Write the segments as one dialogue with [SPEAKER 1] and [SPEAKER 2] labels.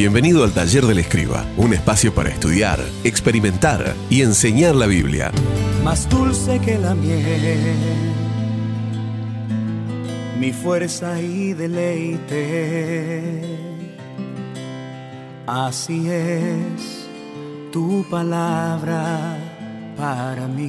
[SPEAKER 1] Bienvenido al Taller del Escriba, un espacio para estudiar, experimentar y enseñar la Biblia.
[SPEAKER 2] Más dulce que la miel, mi fuerza y deleite. Así es tu palabra para mí.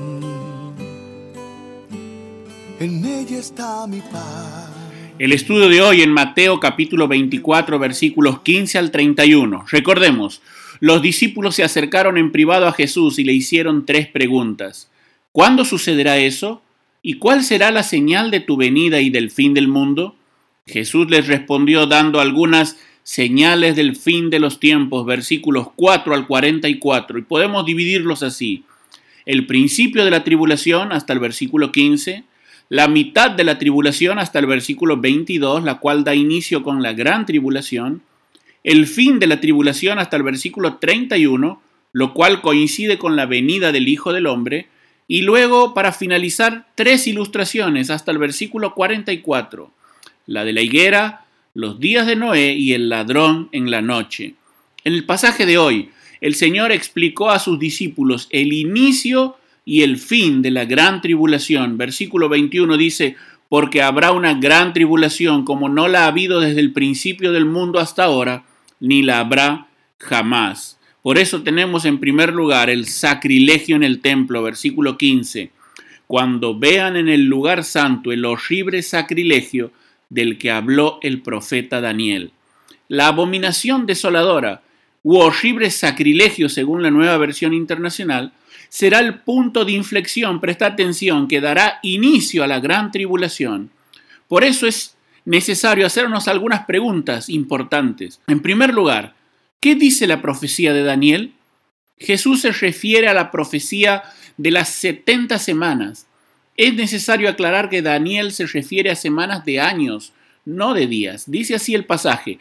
[SPEAKER 2] En ella está mi paz.
[SPEAKER 3] El estudio de hoy en Mateo capítulo 24 versículos 15 al 31. Recordemos, los discípulos se acercaron en privado a Jesús y le hicieron 3 preguntas. ¿Cuándo sucederá eso? ¿Y cuál será la señal de tu venida y del fin del mundo? Jesús les respondió dando algunas señales del fin de los tiempos, versículos 4 al 44, y podemos dividirlos así. El principio de la tribulación hasta el versículo 15, la mitad de la tribulación hasta el versículo 22, la cual da inicio con la gran tribulación, el fin de la tribulación hasta el versículo 31, lo cual coincide con la venida del Hijo del Hombre, y luego, para finalizar, 3 ilustraciones hasta el versículo 44, la de la higuera, los días de Noé y el ladrón en la noche. En el pasaje de hoy, el Señor explicó a sus discípulos el inicio y el fin de la gran tribulación. Versículo 21 dice, porque habrá una gran tribulación como no la ha habido desde el principio del mundo hasta ahora, ni la habrá jamás. Por eso tenemos en primer lugar el sacrilegio en el templo, versículo 15. Cuando vean en el lugar santo el horrible sacrilegio del que habló el profeta Daniel. La abominación desoladora u horrible sacrilegio, según la Nueva Versión Internacional, será el punto de inflexión, presta atención, que dará inicio a la gran tribulación. Por eso es necesario hacernos algunas preguntas importantes. En primer lugar, ¿qué dice la profecía de Daniel? Jesús se refiere a la profecía de las 70 semanas. Es necesario aclarar que Daniel se refiere a semanas de años, no de días. Dice así el pasaje,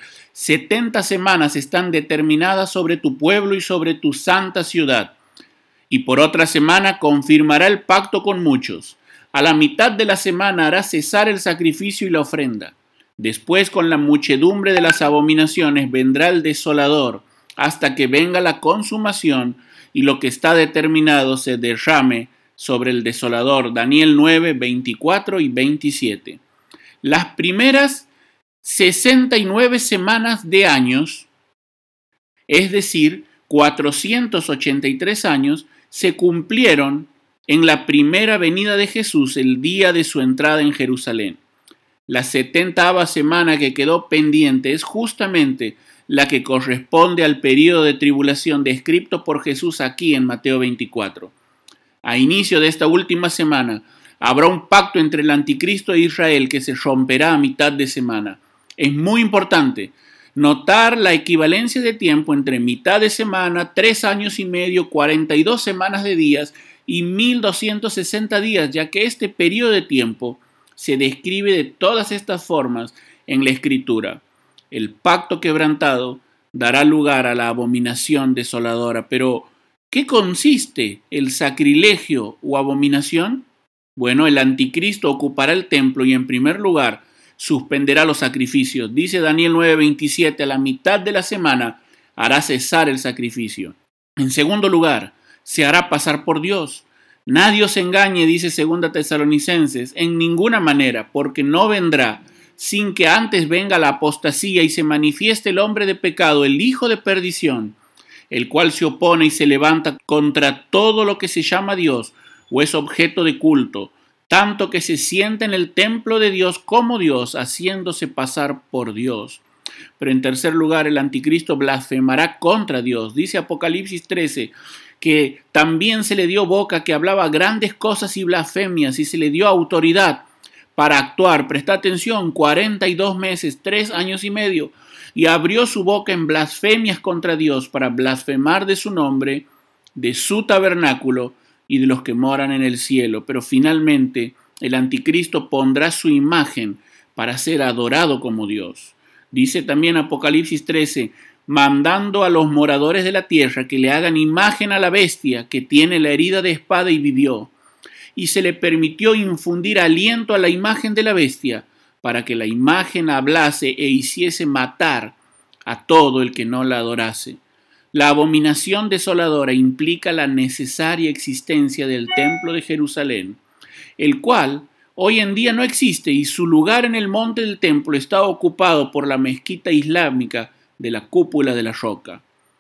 [SPEAKER 3] 70 semanas están determinadas sobre tu pueblo y sobre tu santa ciudad. Y por otra semana confirmará el pacto con muchos. A la mitad de la semana hará cesar el sacrificio y la ofrenda. Después, con la muchedumbre de las abominaciones, vendrá el desolador, hasta que venga la consumación y lo que está determinado se derrame sobre el desolador. Daniel 9, 24 y 27. Las primeras 69 semanas de años, es decir, 483 años, se cumplieron en la primera venida de Jesús, el día de su entrada en Jerusalén. La 70ª semana que quedó pendiente es justamente la que corresponde al período de tribulación descrito por Jesús aquí en Mateo 24. A inicio de esta última semana, habrá un pacto entre el anticristo e Israel que se romperá a mitad de semana. Es muy importante notar la equivalencia de tiempo entre mitad de semana, 3 años y medio, 42 semanas de días y 1260 días, ya que este periodo de tiempo se describe de todas estas formas en la Escritura. El pacto quebrantado dará lugar a la abominación desoladora. Pero, ¿qué consiste el sacrilegio o abominación? Bueno, el anticristo ocupará el templo y en primer lugar suspenderá los sacrificios. Dice Daniel 9:27, a la mitad de la semana hará cesar el sacrificio. En segundo lugar, se hará pasar por Dios. Nadie os engañe, dice 2 Tesalonicenses, en ninguna manera, porque no vendrá sin que antes venga la apostasía y se manifieste el hombre de pecado, el hijo de perdición, el cual se opone y se levanta contra todo lo que se llama Dios o es objeto de culto, tanto que se sienta en el templo de Dios como Dios, haciéndose pasar por Dios. Pero en tercer lugar, el anticristo blasfemará contra Dios. Dice Apocalipsis 13 que también se le dio boca que hablaba grandes cosas y blasfemias y se le dio autoridad para actuar. Presta atención, 42 meses, 3 años y medio, y abrió su boca en blasfemias contra Dios para blasfemar de su nombre, de su tabernáculo y de los que moran en el cielo. Pero finalmente el anticristo pondrá su imagen para ser adorado como Dios. Dice también Apocalipsis 13, mandando a los moradores de la tierra que le hagan imagen a la bestia que tiene la herida de espada y vivió. Y se le permitió infundir aliento a la imagen de la bestia, para que la imagen hablase e hiciese matar a todo el que no la adorase. La abominación desoladora implica la necesaria existencia del templo de Jerusalén, el cual hoy en día no existe y su lugar en el monte del templo está ocupado por la mezquita islámica de la cúpula de la roca.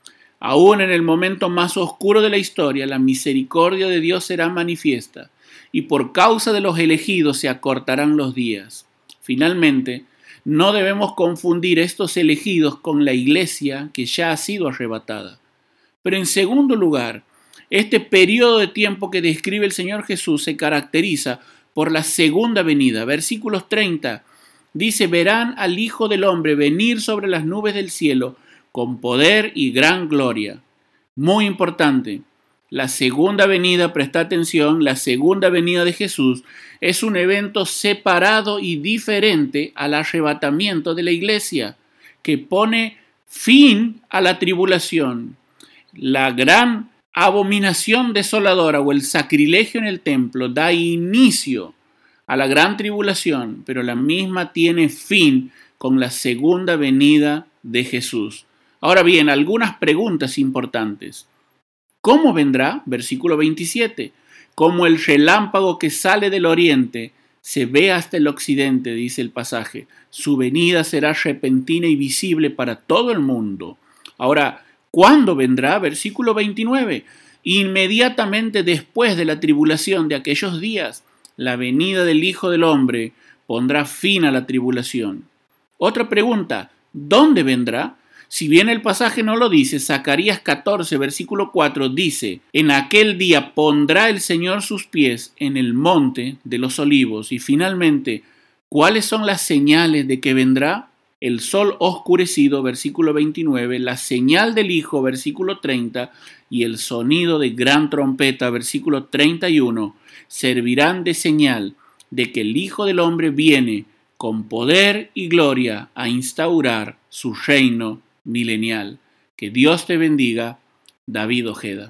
[SPEAKER 3] Aún en el momento más oscuro de la historia, la misericordia de Dios será manifiesta y por causa de los elegidos se acortarán los días. Finalmente, no debemos confundir estos elegidos con la iglesia que ya ha sido arrebatada. Pero en segundo lugar, este periodo de tiempo que describe el Señor Jesús se caracteriza por la segunda venida. Versículos 30 dice: verán al Hijo del Hombre venir sobre las nubes del cielo con poder y gran gloria. Muy importante, la segunda venida, presta atención, la segunda venida de Jesús es un evento separado y diferente al arrebatamiento de la iglesia, que pone fin a la tribulación. La gran abominación desoladora o el sacrilegio en el templo da inicio a la gran tribulación, pero la misma tiene fin con la segunda venida de Jesús. Ahora bien, algunas preguntas importantes. ¿Cómo vendrá? Versículo 27. Como el relámpago que sale del oriente, se ve hasta el occidente, dice el pasaje. Su venida será repentina y visible para todo el mundo. Ahora, ¿cuándo vendrá? Versículo 29. Inmediatamente después de la tribulación de aquellos días, la venida del Hijo del Hombre pondrá fin a la tribulación. Otra pregunta, ¿dónde vendrá? Si bien el pasaje no lo dice, Zacarías 14, versículo 4 dice: en aquel día pondrá el Señor sus pies en el monte de los olivos. Y finalmente, ¿cuáles son las señales de que vendrá? El sol oscurecido, versículo 29, la señal del Hijo, versículo 30, y el sonido de gran trompeta, versículo 31, servirán de señal de que el Hijo del Hombre viene con poder y gloria a instaurar su reino milenial. Que Dios te bendiga. David Ojeda.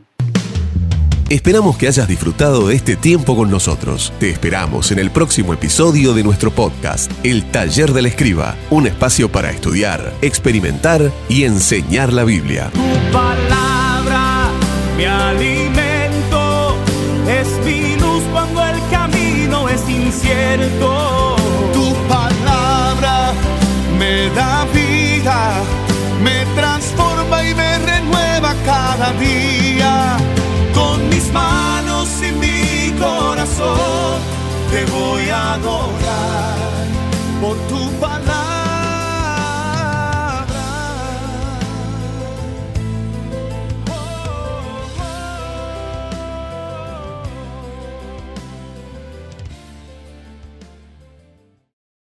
[SPEAKER 1] Esperamos que hayas disfrutado de este tiempo con nosotros. Te esperamos en el próximo episodio de nuestro podcast, El Taller del Escriba, un espacio para estudiar, experimentar y enseñar la Biblia.
[SPEAKER 2] Tu palabra, mi alimento, es mi luz cuando el camino es incierto. Tu palabra me da vida, me transforma y me renueva cada día. Con mis manos y mi corazón te voy a adorar por tu palabra.